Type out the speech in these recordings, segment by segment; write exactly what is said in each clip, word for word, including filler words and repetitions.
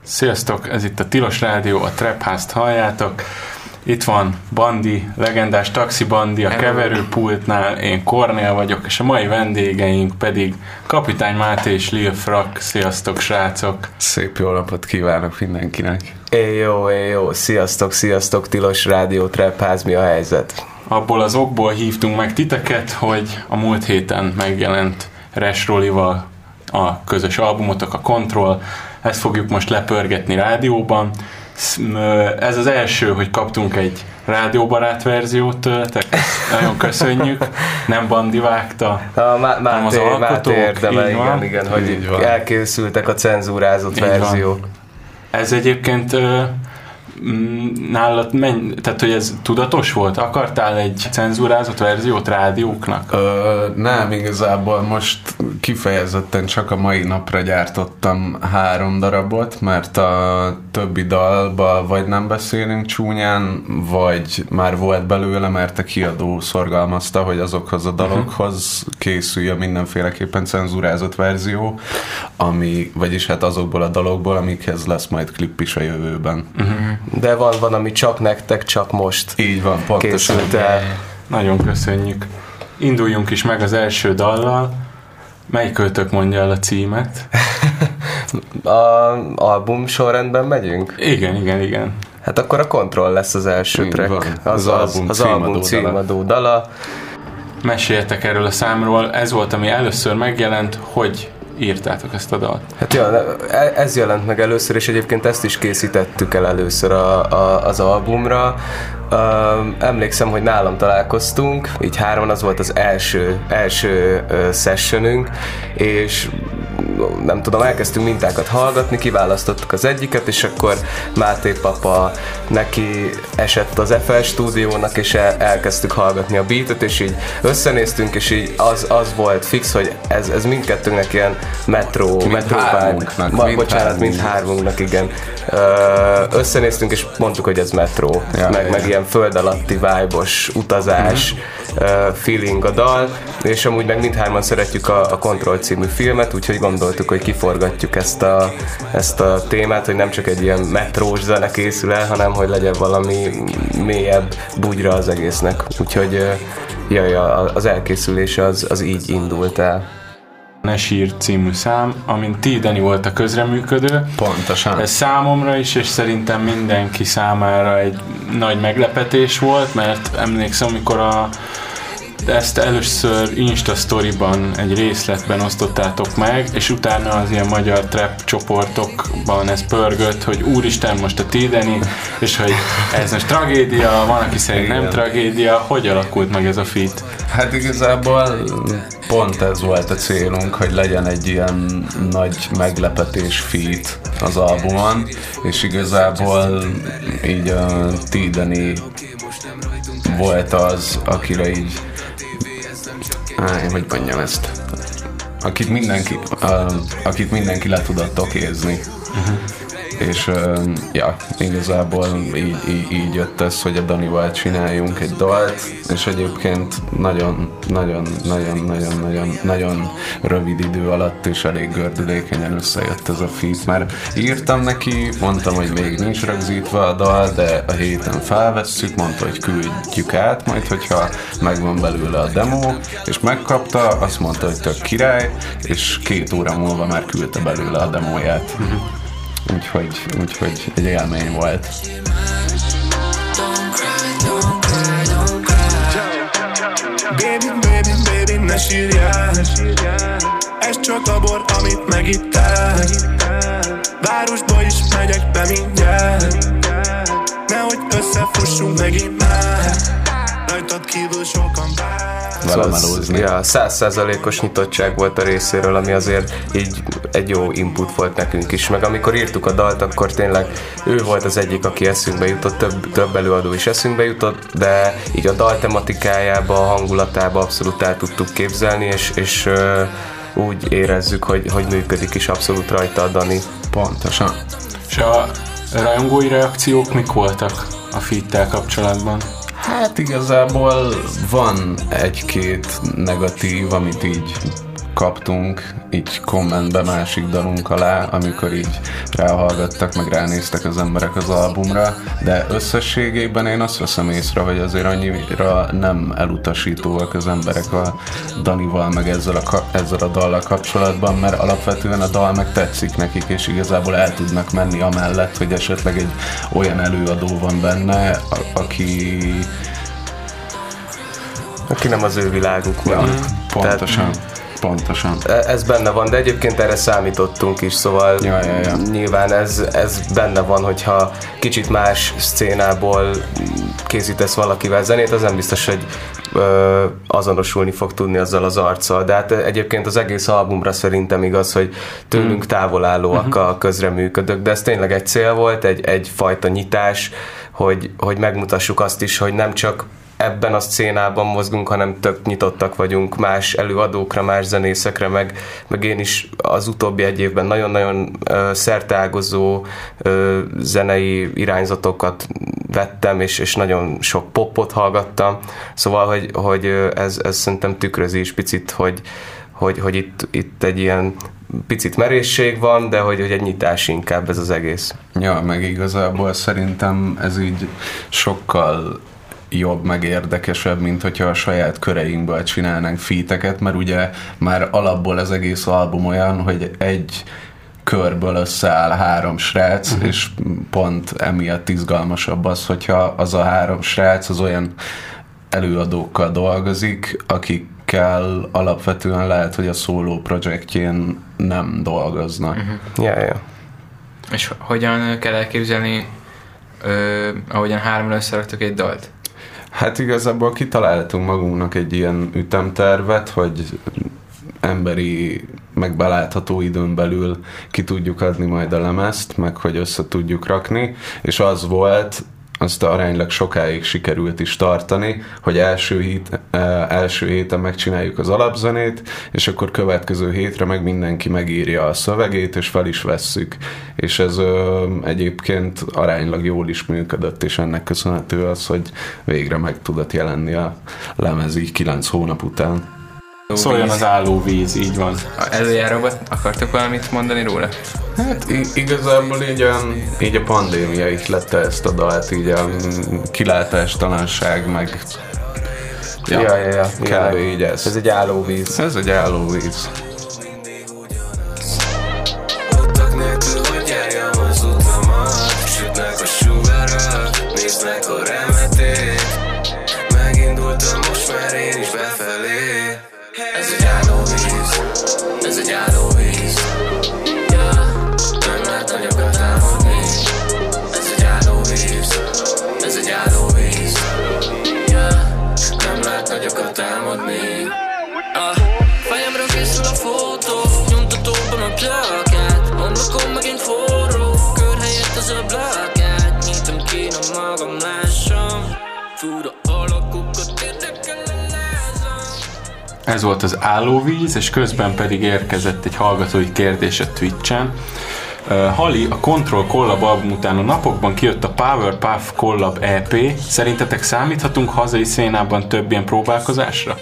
Sziasztok, ez itt a Tilos Rádió, a Trap House-t halljátok. Itt van Bandi, legendás Taxi Bandi a keverőpultnál, én Kornél vagyok, és a mai vendégeink pedig Kapitány Máté és Lil Frak. Sziasztok, srácok! Szép jó napot kívánok mindenkinek! Éj jó, éj jó, sziasztok, sziasztok, Tilos Rádió, Trap House, mi a helyzet? Abból az okból hívtunk meg titeket, hogy a múlt héten megjelent Res Rollival a közös albumotok, a Control. Ezt fogjuk most lepörgetni rádióban. Ez az első, hogy kaptunk egy rádióbarát verziót tőletek. Nagyon köszönjük. Nem Bandi vágta, a Má- nem az alkotók. Máté érdeme, igen, igen, hogy így van. Elkészültek a cenzúrázott így verziók. Van. Ez egyébként nálad menny, tehát hogy ez tudatos volt? Akartál egy cenzúrázott verziót rádióknak? Ö, nem, igazából most kifejezetten csak a mai napra gyártottam három darabot, mert a többi dalba vagy nem beszélünk csúnyán, vagy már volt belőle, mert a kiadó szorgalmazta, hogy azokhoz a dalokhoz készüljön mindenféleképpen cenzúrázott verzió, ami, vagyis hát azokból a dalokból, amikhez lesz majd klip is a jövőben. Uh-huh. De van, van, ami csak nektek, csak most így van, pontosan. készült el. Nagyon köszönjük. Induljunk is meg az első dallal. Melyikőtök mondja el a címet? A album sorrendben megyünk? Igen, igen, igen. Hát akkor a Control lesz az első Így track. van. Az, Az az, album az címadó album címadó dala. dala. Meséljetek erről a számról. Ez volt, ami először megjelent. Hogy írtátok ezt a dalt? Hát ja, ez jelent meg először, és egyébként ezt is készítettük el először a, a, az albumra. Uh, emlékszem, hogy nálam találkoztunk, így hárman, az volt az első, első uh, sessionünk, és nem tudom, elkezdtünk mintákat hallgatni, kiválasztottuk az egyiket, és akkor Máté papa neki esett az ef el stúdiónak, és el, elkezdtük hallgatni a beatet, és így összenéztünk, és így az, az volt fix, hogy ez, ez mindkettőnknek ilyen metro, metro hármunknak, vibe. mind Bocsánat, mind hármunknak, igen. Uh, összenéztünk, és mondtuk, hogy ez metro, ja, meg, ja. meg ilyen föld alatti vibe-os utazás, uh-huh. uh, feeling a dal, és amúgy meg mindhárman szeretjük a, a Control című filmet, úgyhogy gondoltuk, hogy kiforgatjuk ezt a, ezt a témát, hogy nem csak egy ilyen metrós zene készül el, hanem hogy legyen valami mélyebb bugyra az egésznek. Úgyhogy uh, jaj, az elkészülés az, az így indult el. Ne sír című szám, amin ti, Dani, volt a közreműködő. Pontosan. Ez számomra is, és szerintem mindenki számára egy nagy meglepetés volt, mert emlékszem, amikor a ezt először Insta Storyban egy részletben osztottátok meg, és utána az ilyen magyar trap csoportokban ez pörgött, hogy úristen, most a T-Deni, és hogy ez most tragédia, van, aki szerint nem tragédia. Hogy alakult meg ez a feat? Hát igazából pont ez volt a célunk, hogy legyen egy ilyen nagy meglepetés feat az albumon, és igazából így a T-Deni volt az, akire így Á, hogy mondjam ezt? Akit mindenki, uh, akit mindenki le tudott okézni. Uh-huh. És uh, ja, igazából így, így, így jött ez, hogy a Danival csináljunk egy dalt, és egyébként nagyon, nagyon, nagyon, nagyon, nagyon, nagyon rövid idő alatt és elég gördülékenyen összejött ez a feat. Már írtam neki, mondtam, hogy még nincs rögzítve a dal, de a héten felvesszük, mondta, hogy küldjük át, majd hogyha megvan belőle a demo, és megkapta, azt mondta, hogy tök király, és két óra múlva már küldte belőle a demóját. Uh-huh. Úgyhogy, úgyhogy egy élmény volt. Baby, baby, baby, ne sírjál. Ez csak a bor, amit megittál. Városba is megyek be mindjárt. Nehogy összefussunk megint már. Rajtad kívül sokan vár. Valamelózni. Ja, száz százalékos nyitottság volt a részéről, ami azért így egy jó input volt nekünk is. Meg amikor írtuk a dalt, akkor tényleg ő volt az egyik, aki eszünkbe jutott, több, több előadó is eszünkbe jutott, de így a dal tematikájába, a hangulatába abszolút el tudtuk képzelni, és, és uh, úgy érezzük, hogy, hogy működik is abszolút rajta a Dani. Pontosan. És a rajongói reakciók mik voltak a feat-tel kapcsolatban? Hát igazából van egy-két negatív, amit így kaptunk így kommentbe másik dalunk alá, amikor így ráhallgattak, meg ránéztek az emberek az albumra, de összességében én azt veszem észre, hogy azért annyira nem elutasítóak az emberek a Danival, meg ezzel a, ezzel a dallal kapcsolatban, mert alapvetően a dal meg tetszik nekik, és igazából el tudnak menni amellett, hogy esetleg egy olyan előadó van benne, a, aki aki nem az ő világuk van. Ja, pontosan. Tehát, Pontosan. Ez benne van, de egyébként erre számítottunk is, szóval ja, ja, ja. nyilván ez, ez benne van, hogyha kicsit más szcénából készítesz valakivel zenét, az nem biztos, hogy ö, azonosulni fog tudni azzal az arccal, de hát egyébként az egész albumra szerintem igaz, hogy tőlünk távolállóak a közreműködők, de ez tényleg egy cél volt, egy, egyfajta nyitás, hogy, hogy megmutassuk azt is, hogy nem csak ebben a szcénában mozgunk, hanem tök nyitottak vagyunk más előadókra, más zenészekre, meg, meg én is az utóbbi egy évben nagyon-nagyon uh, szerteágazó uh, zenei irányzatokat vettem, és, és nagyon sok popot hallgattam, szóval, hogy, hogy ez, ez szerintem tükrözi is picit, hogy, hogy, hogy itt, itt egy ilyen picit merészség van, de hogy, hogy egy nyitás inkább ez az egész. Ja, meg igazából szerintem ez így sokkal jobb, meg érdekesebb, mint hogyha a saját köreinkből csinálnánk feateket, mert ugye már alapból az egész album olyan, hogy egy körből összeáll három srác, uh-huh. és pont emiatt izgalmasabb az, hogyha az a három srác az olyan előadókkal dolgozik, akikkel alapvetően lehet, hogy a szóló projektjén nem dolgoznak. Uh-huh. Ja, ja. És hogyan kell elképzelni, ö, ahogyan hárman összeraktok egy dalt? Hát igazából kitaláltunk magunknak egy ilyen ütemtervet, hogy emberi, meg belátható időn belül ki tudjuk adni majd a lemezt, meg hogy össze tudjuk rakni, és az volt, azt aránylag sokáig sikerült is tartani, hogy első, hét, első héten megcsináljuk az alapzenét, és akkor következő hétre meg mindenki megírja a szövegét, és fel is vesszük. És ez ö, egyébként aránylag jól is működött, és ennek köszönhető az, hogy végre meg tudott jelenni a lemez így kilenc hónap után. Szóljon az állóvíz, így van. Előjáróban akartok valamit mondani róla? Hát igazából így a, így a pandémia ihlette ezt a dalt, így a kilátástalanság, meg ja, ja, ja, ja. kb. Így ez. Ez egy állóvíz. Ez egy állóvíz. Utak nélkül, hogy járjam az utamat, sütnek a sugarak, néznek a remeték. Megindultam most már én is befelé. Ez egy állóvíz, ez egy állóvíz. Yeah. Nem lehet anyagot támadni. Ez egy állóvíz, ez egy állóvíz. Yeah. Nem lehet anyagot támadni. Ah. Fejemről készül a fotó, nyomtatóban a plakát. Ablakon megint forró, kör helyett az a plakát. Nyitom ki, nem magam lássam. Fura alakokat érdekel a lázam. Ez volt az állóvíz, és közben pedig érkezett egy hallgatói kérdés a Twitchen. Uh, Hali, a Control Collab album után a napokban kijött a Powerpuff Collab é pé. Szerintetek számíthatunk hazai szénában több ilyen próbálkozásra?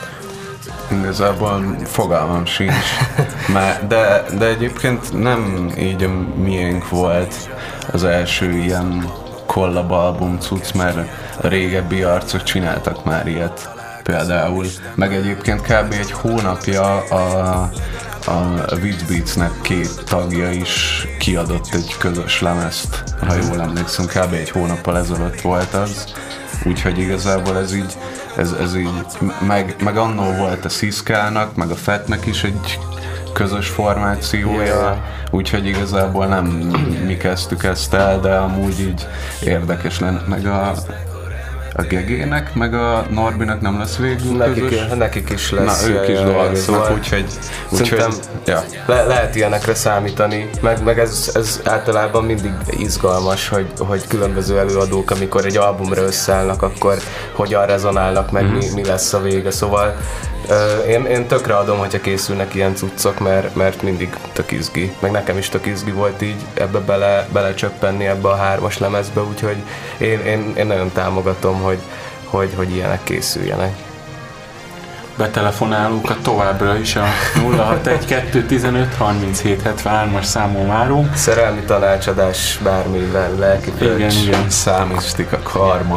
Igazából fogalmam sincs, Már, de, de egyébként nem így a miénk volt az első ilyen collab album cucc, mert a régebbi arcok csináltak már ilyet például. Meg egyébként kb. Egy hónapja a, a Witch Beatsnek két tagja is kiadott egy közös lemezt, ha jól emlékszem, kb. Egy hónappal ezelőtt volt az. Úgyhogy igazából ez így, ez, ez így meg, meg annól volt a Sziszkának, meg a Fatnek is egy közös formációja, yeah. Úgyhogy igazából nem mi kezdtük ezt el, de amúgy így érdekes lenne, meg a, a Gegének, meg a Norbinak nem lesz végül nekik, közös? Nekik is lesz. Na, ők is dolgoznak, szóval úgyhogy, úgyhogy ja. le, lehet ilyenekre számítani, meg, meg ez, ez általában mindig izgalmas, hogy, hogy különböző előadók, amikor egy albumra összeállnak, akkor hogyan rezonálnak, meg mm. mi, mi lesz a vége, szóval uh, én, én tökre adom, hogyha készülnek ilyen cuccok, mert, mert mindig tök izgi, meg nekem is tök izgi volt így ebbe bele, belecsöppenni ebbe a hármas lemezbe, úgyhogy én, én, én nagyon támogatom, hogy, hogy, hogy ilyenek készüljenek. betelefonálókat továbbra is a nulla hat egy kettő tizenöt harminchét hetvenhárom-as számon várunk. Szerelmi tanácsadás bármivel, lelki Igen, bölcs, igen. Számisztika, karma.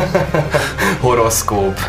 horoszkóp.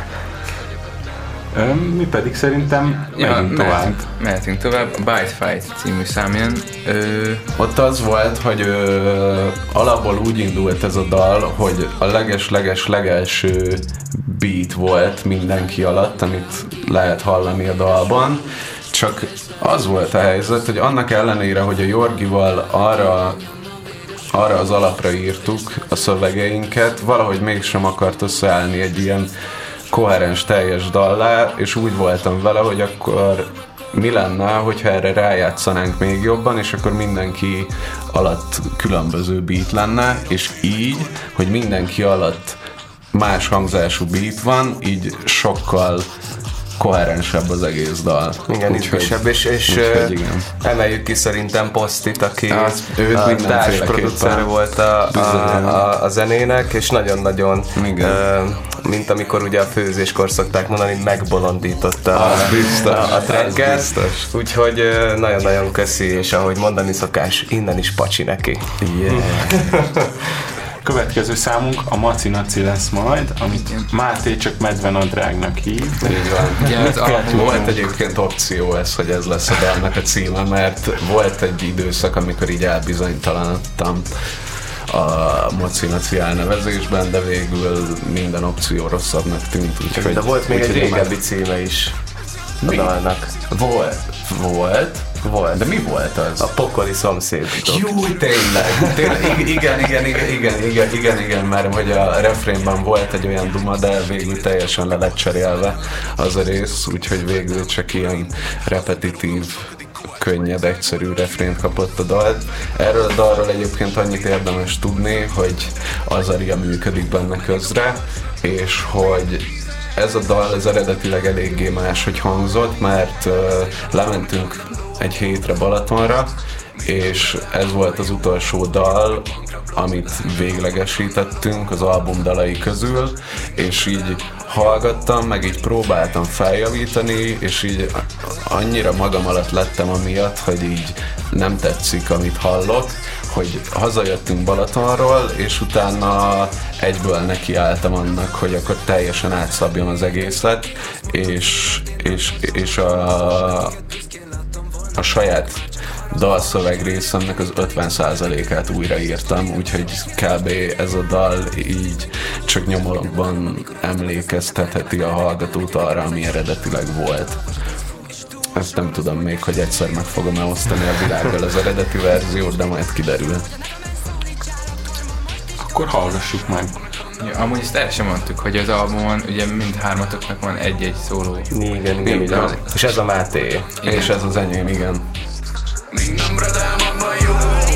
Ö, Mi pedig szerintem Ja, megyünk tovább. mehetünk, mehetünk tovább. A Bite Fight című szám jön. Ö, Ott az volt, hogy ö, alapból úgy indult ez a dal, hogy a leges-leges legelső beat volt mindenki alatt, amit lehet hallani a dalban, csak az volt a helyzet, hogy annak ellenére, hogy a Jorgival arra arra az alapra írtuk a szövegeinket, valahogy mégsem akart összeállni egy ilyen koherens, teljes dallá, és úgy voltam vele, hogy akkor mi lenne, hogyha erre rájátszanánk még jobban, és akkor mindenki alatt különböző beat lenne, és így, hogy mindenki alatt más hangzású beat van, így sokkal koherensebb az egész dal. Igen, izgisebb, és, és úgyhogy igen. emeljük ki szerintem Posztit, aki Az, őt a mindenféleképpen. társproducer volt a, a, a, a zenének, és nagyon-nagyon, Igen. uh, mint amikor ugye a főzéskor szokták mondani, megbolondította a, Az biztos, a, a az tracket, biztos. úgyhogy uh, nagyon-nagyon köszi, és ahogy mondani szokás, innen is pacsi neki. Yeah. Következő számunk a Maci Naci lesz majd, amit Máté csak medvenadrágnak hív. Így van. Ugye az alapból Volt egyébként opció ez, hogy ez lesz a dalnak a címe, mert volt egy időszak, amikor így elbizonytalanodtam a Maci Naci elnevezésben, de végül minden opció rosszabbnak tűnt. Úgyhogy, De volt még egy úgyhogy régebbi már- címe is a Mi? dalnak. Volt. Volt. Volt. De mi volt az? A pokoli szomszéd. Jó, tényleg, tényleg, igen, igen, igen, igen, igen, igen, igen, mert hogy a refrénben volt egy olyan duma, de végül teljesen le lett cserélve az a rész, úgyhogy végül csak ilyen repetitív, könnyed, egyszerű refrént kapott a dal. Erről a dalról egyébként annyit érdemes tudni, hogy Azaria működik benne közre, és hogy ez a dal az eredetileg eléggé máshogy hangzott, mert uh, lementünk egy hétre Balatonra, és ez volt az utolsó dal, amit véglegesítettünk az album dalai közül, és így hallgattam, meg így próbáltam feljavítani, és így annyira magam alatt lettem amiatt, hogy így nem tetszik, amit hallok, hogy hazajöttünk Balatonról, és utána egyből nekiálltam annak, hogy akkor teljesen átszabjam az egészet, és, és, és a, a saját dalszöveg részemnek az ötven százalékát újraírtam, úgyhogy kb. Ez a dal így csak nyomorokban emlékeztetheti a hallgatót arra, ami eredetileg volt. Ezt nem tudom még, hogy egyszer meg fogom elosztani a világgal az eredeti verziót, de majd kiderül. Akkor hallgassuk meg. Ja, amúgy ezt el sem mondtuk, hogy az albumon ugye mindhármatoknak van egy-egy szóló. Igen, igen, Igen. igen. És ez a Máté. Igen. És ez az enyém, igen. Még nem bradám abban jó.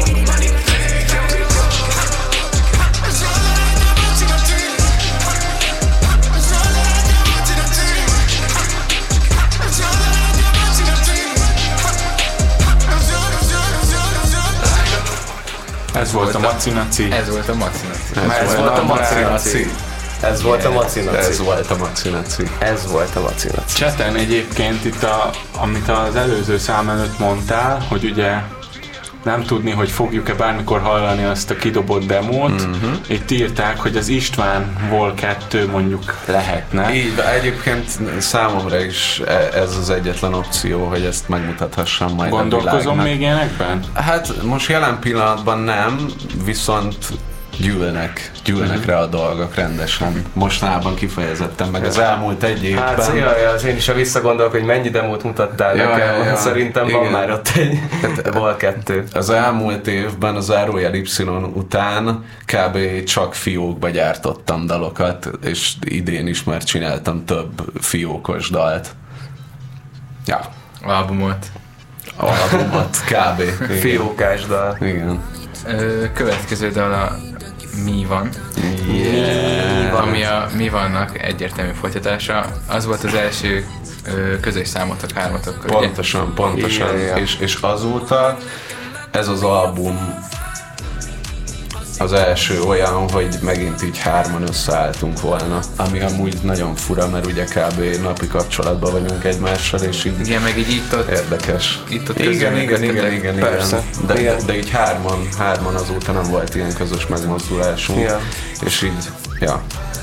Ez volt a Maci Naci. Ez volt a Maci Naci. Ez volt a Maci Naci. Ez volt a Maci Ez Naci. volt a Maci Naci. Ez volt a Maci Naci. Cseten egyébként itt, a, amit az előző szám előtt mondtál, hogy ugye nem tudni, hogy fogjuk-e bármikor hallani azt a kidobott demót. Mm-hmm. Itt írták, hogy az István Vol kettő mondjuk lehetne. Így, egyébként számomra is ez az egyetlen opció, hogy ezt megmutathassam majd a Gondolkozom világnak. még ilyenekben? Hát most jelen pillanatban nem, viszont gyűlnek, gyűlnek uh-huh. rá a dolgok rendesen. Mostanában kifejezetten, meg az elmúlt egy évben. Hát jaj, az én is a visszagondolok, hogy mennyi demót mutattál Ja, nekem, ja, ja. szerintem Igen. van már ott egy Vol kettő. Az elmúlt évben az zárójel Y után kb. Csak fiókba gyártottam dalokat, és idén is már csináltam több fiókos dalt. Ja, Albumot. albumot kb. Igen. Fiókás dal. Igen. Ö, következő dal a Mi van, Yeah. ami a Mi vannak egyértelmű folytatása. Az volt az első ö, közös számotok, hármatok. ugye? Pontosan, pontosan. Igen, igen. És, és azóta ez az album az első olyan, hogy megint így hárman összeálltunk volna, ami amúgy nagyon fura, mert ugye kb. Napi kapcsolatban vagyunk egymással, és így igen, meg így itt-ott érdekes. Itt-ott igen, igen, igen, igen, igen, persze. De, Igen. de így hárman, hárman azóta nem volt ilyen közös megmozdulásunk, Igen. és így, ja.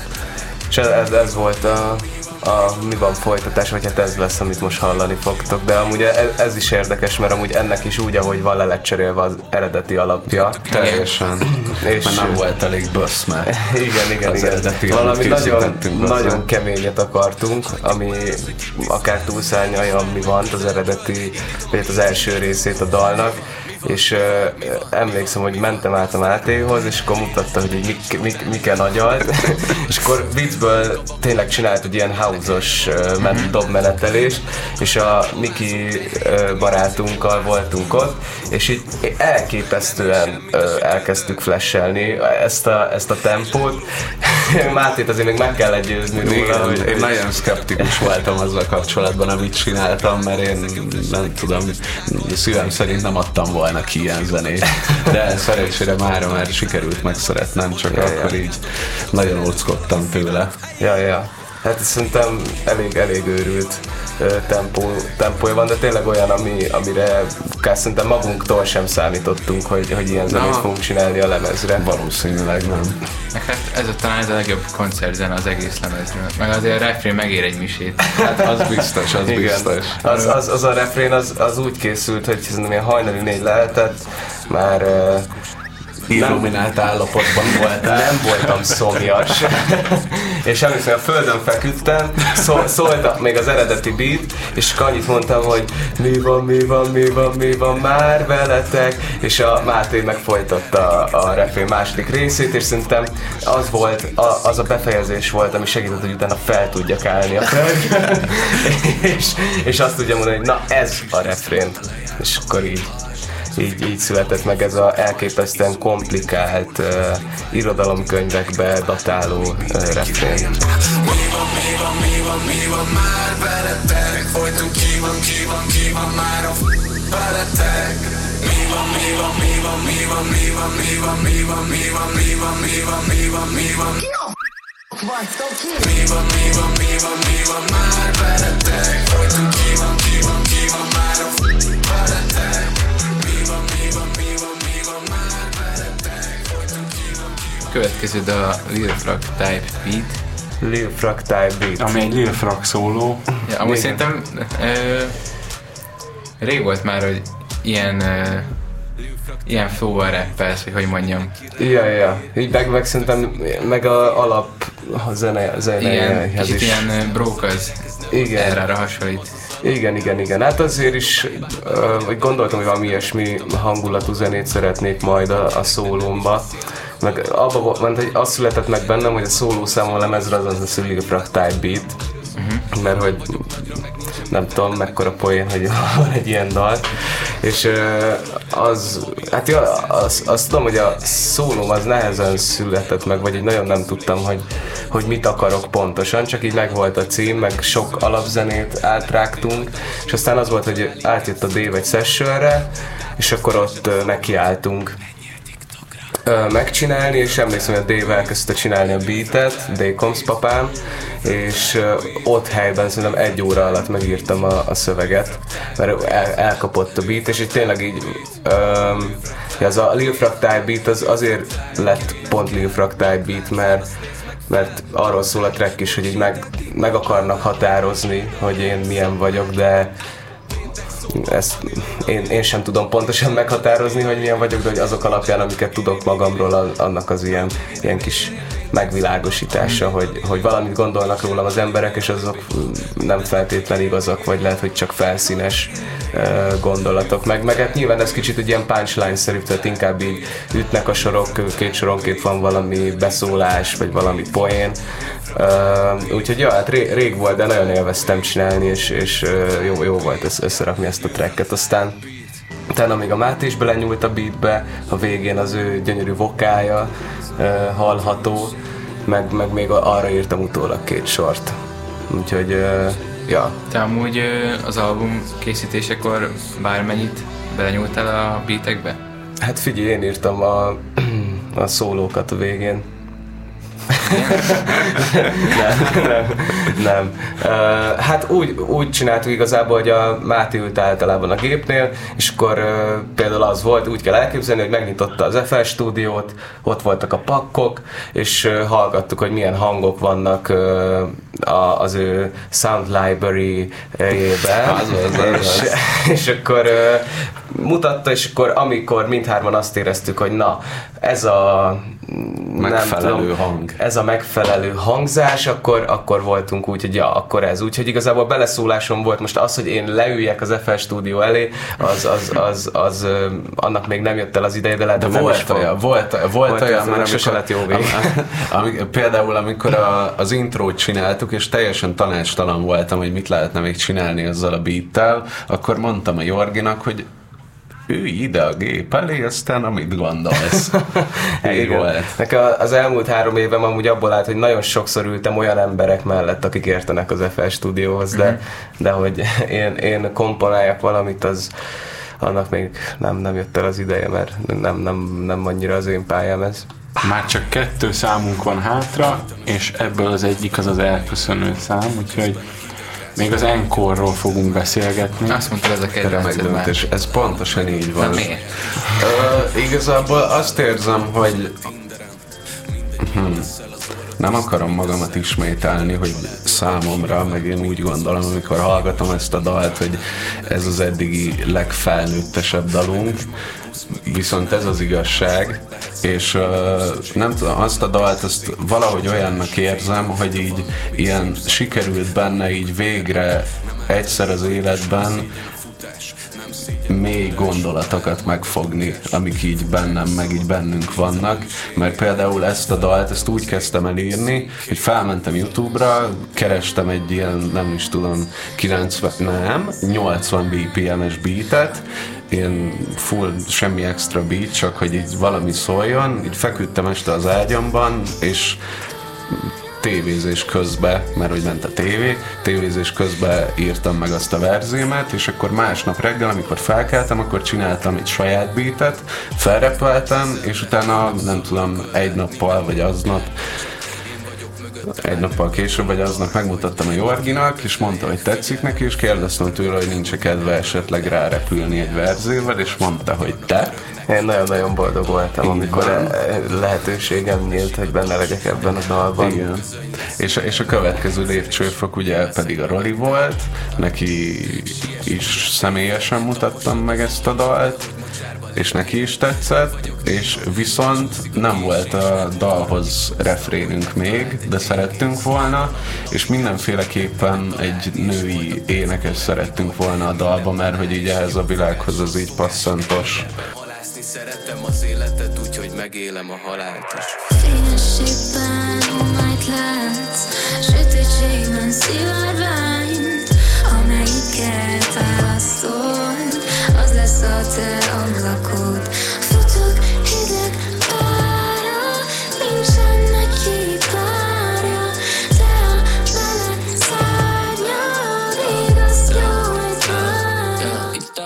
És ez, ez volt a, a mi van folytatás, vagy hát ez lesz, amit most hallani fogtok, de amúgy ez, ez is érdekes, mert amúgy ennek is úgy, ahogy van le lett cserélve az eredeti alapja. Teljesen. És mert nem volt elég bösz már. Igen, igen, Az igen. eredeti, Valami amit nagyon, készítettünk hozzá. nagyon keményet akartunk, ami akár túlszárnyalja, ami van, az eredeti, vagy az első részét a dalnak. És uh, emlékszem, hogy mentem át a Mátéhoz, és akkor mutatta, hogy így mik, mik, miken agyalt, és akkor viccből tényleg csinált egy ilyen house-os uh, men- dobmenetelést, és a Niki uh, barátunkkal voltunk ott, és így elképesztően uh, elkezdtük flashelni ezt a, ezt a tempót. Mátét azért még meg kell győzni róla. Igen, hogy én nagyon szkeptikus voltam azzal kapcsolatban, amit csináltam, mert én nem tudom, szívem szerint nem adtam volna ki ilyen zenét, de szerencsére mára már sikerült megszeretnem, csak ja, akkor ja. így nagyon óckodtam tőle. Ja, ja. Hát szerintem elég, elég őrült uh, tempó, tempója van, de tényleg olyan, ami, amire akár szerintem magunktól sem számítottunk, hogy, hogy ilyen zenét fogunk csinálni a lemezre. Valószínűleg nem. Meg hát ez a talán ez a legjobb koncertzene az egész lemezről. Meg azért a refrén megér egy misét. Hát az biztos, az Igen. biztos. Az, az, az a refrén az, az úgy készült, hogy szerintem ilyen hajnali négy lehetett, már uh, illuminált állapotban voltál. Nem voltam szomjas. És emlékszem, a földön feküdtem, szó, szólt még az eredeti beat, és annyit mondtam, hogy mi van, mi van, mi van, mi van már veletek, és a Máté meg folytatta a, a refrén második részét, és szerintem az volt, a, az a befejezés volt, ami segített, hogy utána fel tudjak állni a földön, és, és azt tudja mondani, hogy na ez a refrén. És akkor így Így, így született meg ez az elképesztően komplikált uh, irodalomkönyvekbe datáló uh, refrén. Mi van, mi van, mi van, mi van már veletek? Folyton ki van, ki van, ki van már a f*** veletek? Mi van, mi van, mi van, mi van, mi van, mi van, mi van, mi van, mi van, mi van, mi van, mi van Mi van, mi van, mi van, mi van már veletek? Folyton ki van, ki van, ki van már a f*** veletek? Következő a Lil Frog Type Beat. Lil Frog Type Beat. Ami egy Lil Frog szóló. Ja, amúgy szerintem ö, rég volt már, hogy ilyen ö, ilyen flow-val rappelsz, vagy hogy mondjam. Ja, ja. Így meg, meg szerintem meg a alap a zene, Igen, zenéhez kicsit is. ilyen brókaz Igen. erre hasonlít. Igen, igen, igen. Hát azért is uh, gondoltam, hogy valami ilyesmi hangulatú zenét szeretnék majd a, a szólómba. Meg abba volt, hogy az született meg bennem, hogy a szólószámon lemezre az az a Lil Frog Type Beat. Uh-huh. Mert hogy nem tudom mekkora poén, hogy van egy ilyen dal. És uh, az, hát ja, azt, azt tudom, hogy a szólóm az nehezen született meg, vagy így nagyon nem tudtam, hogy, hogy mit akarok pontosan, csak így megvolt a cím, meg sok alapzenét átrágtunk, és aztán az volt, hogy átjött a Dave egy sessionre, és akkor ott uh, nekiálltunk megcsinálni, és emlékszem, hogy a Dave elkezdte csinálni a beatet, Dave Combs papám, és uh, ott helyben szerintem egy óra alatt megírtam a, a szöveget, mert el, elkapott a beat, és így tényleg így um, ez a Lil Frog Type Beat az azért lett pont Lil Frog Type Beat, mert mert arról szól a track is, hogy így meg, meg akarnak határozni, hogy én milyen vagyok, de ezt én, én sem tudom pontosan meghatározni, hogy milyen vagyok, de hogy azok alapján, amiket tudok magamról, annak az ilyen, ilyen kis megvilágosítása, hogy, hogy valamit gondolnak rólam az emberek, és azok nem feltétlenül igazak, vagy lehet, hogy csak felszínes uh, gondolatok. Meg, meg hát nyilván ez kicsit egy ilyen punchline-szerű, tehát inkább így ütnek a sorok, két soronként van valami beszólás, vagy valami poén. Uh, úgyhogy ja, hát ré, rég volt, de nagyon élveztem csinálni, és, és uh, jó, jó volt össz, összerakni ezt a tracket. Aztán utána még a Máté is belenyúlt a beatbe, a végén az ő gyönyörű vokája uh, hallható, meg, meg még arra írtam utólag két sort. Úgyhogy, uh, ja. Te amúgy uh, az album készítésekor bármennyit belenyúltál a beatekbe? Hát figyelj, én írtam a a szólókat a végén. nem, nem, nem. Uh, hát úgy, úgy csináltuk igazából, hogy a Máté ült általában a gépnél, és akkor uh, például az volt, úgy kell elképzelni, hogy megnyitotta az ef el stúdiót, ott voltak a pakkok, és uh, hallgattuk, hogy milyen hangok vannak uh, a, az ő Sound Library-jében. Az az, az, és, és akkor uh, mutatta, és akkor amikor mindhárman azt éreztük, hogy na, ez a megfelelő nem tudom, hang. Ez a megfelelő hangzás, akkor, akkor voltunk úgy, hogy ja, akkor ez. Úgyhogy igazából beleszólásom volt. Most az, hogy én leüljek az ef el stúdió elé, az, az, az, az, az annak még nem jött el az ideje, de lehet, de nem volt is fog. olyan, volt, volt, volt olyan, mert sose lett jó vég. Am, például amikor a, az intrót csináltuk, és teljesen tanácstalan voltam, hogy mit lehetne még csinálni azzal a beattel, akkor mondtam a Jorginak, hogy ülj ide a gép elé, aztán amit gondolsz. Így volt. Nekem az elmúlt három évem amúgy abból állt, hogy nagyon sokszor ültem olyan emberek mellett, akik értenek az ef el stúdióhoz, de, mm-hmm. de hogy én, én komponáljak valamit, az annak még nem, nem jött el az ideje, mert nem, nem, nem annyira az én pályám ez. Már csak kettő számunk van hátra, és ebből az egyik az az elköszönő szám, úgyhogy még az Encore-ról fogunk beszélgetni. Azt mondtad, ez a kedvenced már. És ez pontosan így van. Na miért? Uh, igazából azt érzem, hogy hmm, nem akarom magamat ismételni, hogy számomra, meg én úgy gondolom, amikor hallgatom ezt a dalt, hogy ez az eddigi legfelnőttesebb dalunk, viszont ez az igazság, és uh, nem tudom, azt a dalt, azt valahogy olyannak érzem, hogy így ilyen sikerült benne így végre egyszer az életben mély gondolatokat megfogni, amik így bennem, meg így bennünk vannak, mert például ezt a dalt, ezt úgy kezdtem el írni, hogy felmentem YouTube-ra, kerestem egy ilyen, nem is tudom, kilencven, nem, nyolcvan bé pé em-es beatet, ilyen full, semmi extra beat, csak hogy így valami szóljon, így feküdtem este az ágyamban, és tévézés közben, mert hogy ment a tévé, tévézés közben írtam meg azt a verzémet, és akkor másnap reggel, amikor felkeltem, akkor csináltam egy saját beatet, felrepeltem, és utána nem tudom, egy nappal, vagy aznap, egy nappal később, vagy aznap megmutattam a Jorginak, és mondta, hogy tetszik neki, és kérdeztem tőle, hogy nincs-e kedve esetleg rárepülni egy verzével, és mondta, hogy te. Én nagyon-nagyon boldog voltam, így amikor van. lehetőségem nyílt, hogy benne legyek ebben a dalban. Igen. És, és a következő lépcsőfok ugye pedig a Roli volt, neki is személyesen mutattam meg ezt a dalt, és neki is tetszett, és viszont nem volt a dalhoz refrénünk még, de szerettünk volna, és mindenféleképpen egy női énekes szerettünk volna a dalba, mert hogy így ehhez a világhoz az így passzantos. Szerettem az életet, úgyhogy megélem a halált is. Fényességben majd látsz, sötétségben szivárvány, amelyiket választol, az lesz a te ablakod. Futok hideg pára, nincsen neki párja, te a meleg szárnya, igaz nyújtványa.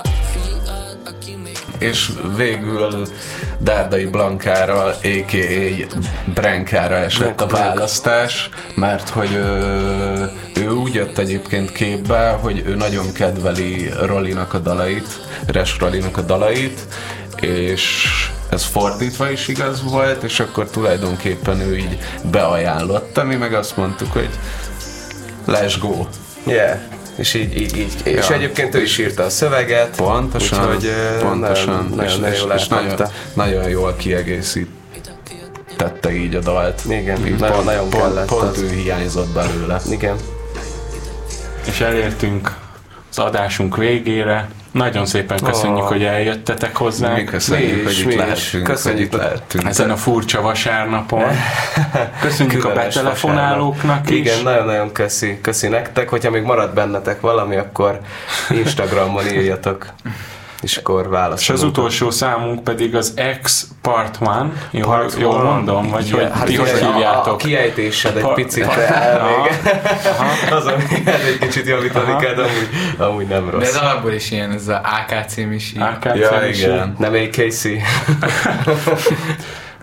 És végül Dárdai Blankára, á ká á Brankára esett a választás, mert hogy ő, ő úgy jött egyébként képbe, hogy ő nagyon kedveli Rolinak a dalait, Res Rolinak a dalait, és ez fordítva is igaz volt, és akkor tulajdonképpen ő így beajánlotta, mi meg azt mondtuk, hogy let's go. Yeah. És így, így, így. Ja. És egyébként ő is írta a szöveget. Pontosan, úgyhogy, pontosan. Nagyon, és, nagyon, és, jól és nagyon, nagyon jól kiegészítette így a dalt. Igen, így nagyon, pont, nagyon pont, kellett. pont az. ő hiányzott belőle. Igen. És elértünk az adásunk végére. Nagyon szépen köszönjük, oh. hogy eljöttetek hozzánk. Mi köszönjük, mi hogy is, itt mi lehetünk. Köszönjük, hogy itt lehetünk. Ezen a furcsa vasárnapon. Köszönjük a Különös betelefonálóknak vasárnap. is. Igen, nagyon-nagyon köszi, köszi nektek. Hogyha még marad bennetek valami, akkor Instagramon írjatok, és akkor válaszolunk. És az utolsó számunk pedig az X Part one. Jól, Part jól one. mondom? Vagy Igen, hogy hát ti hogy a, hívjátok? a kiejtésed egy Part- picit Part- elvég. Aha. Azon ez egy kicsit javítani Aha. kell, de amúgy, amúgy nem rossz. De ez alapból is ilyen, ez a á ká cím is így. á ká Ja, cím is igen. Nem á ká cé.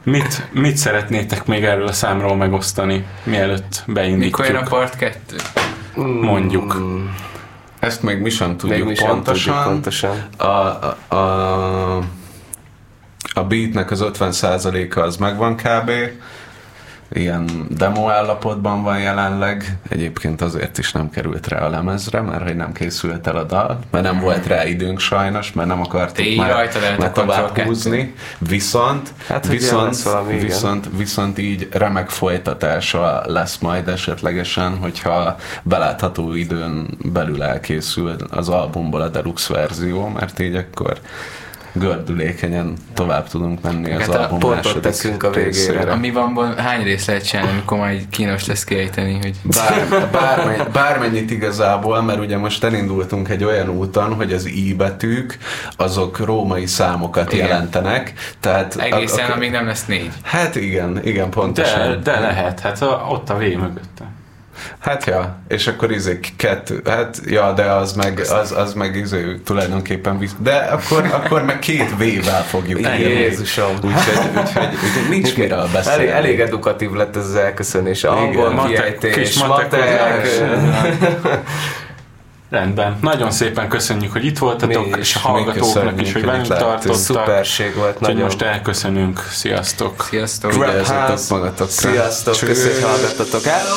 Mit, mit szeretnétek még erről a számról megosztani, mielőtt beindítjuk? Mikor jön a part kettő? Mondjuk. Ezt még mi sem tudjuk Még mi sem pontosan. tudjuk pontosan. A, a, a, a beatnek az ötven százaléka az megvan kb. Ilyen demo állapotban van jelenleg. Egyébként azért is nem került rá a lemezre, mert hogy nem készült el a dal, mert nem volt rá időnk sajnos, mert nem akartuk Te már, rajtad el már a Control tovább húzni. Viszont, Hát, hogy viszont, lesz valami, igen. viszont, viszont így remek folytatása lesz majd esetlegesen, hogyha belátható időn belül elkészül az albumból a deluxe verzió, mert így akkor gördülékenyen tovább tudunk menni az Hát a album pontot második teszünk a végére. részére. A mi van, hány részt lehet csinálni, amikor már így kínos lesz kiejteni, hogy... Bár, bármennyi, bármennyit igazából, mert ugye most elindultunk egy olyan úton, hogy az i betűk, azok római számokat Igen. jelentenek, tehát... Egészen, a, a, amíg nem lesz négy. Hát igen, igen, pontosan. De, de lehet, hát a, ott a V mögötte. Hát ja, és akkor izé kettő, hát ja, de az meg, az, az meg izé tulajdonképpen visz, de akkor, akkor meg két V-vel fogjuk írni. Jézusom. Úgyhogy, úgyhogy, úgyhogy nincs miről beszélni. Elég, elég edukatív lett ez az elköszönés. Angol matek- kiejtés, kis matek. matekozás. Rendben. Nagyon szépen köszönjük, hogy itt voltatok, Mi és is, a hallgatóknak mi is, hogy köszönjük, velünk hogy itt tartottak. Szuperség volt, Úgyhogy nagyon. most elköszönünk. Sziasztok! Sziasztok! Vigyázzatok magatokra. Sziasztok, köszönjük, hogy hallgattatok. Hello!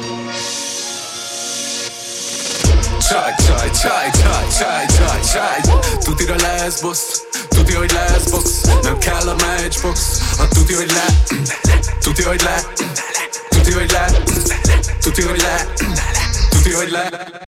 Csaj, csaj, csaj, csaj, csaj, csaj, csaj. Tutira lesz boss, tuti, hogy lesz box. Nem kell a matchbox, ha tuti, hogy le. Tuti, hogy le. Tuti, hogy le. Tuti, hogy le. Tuti, hogy le.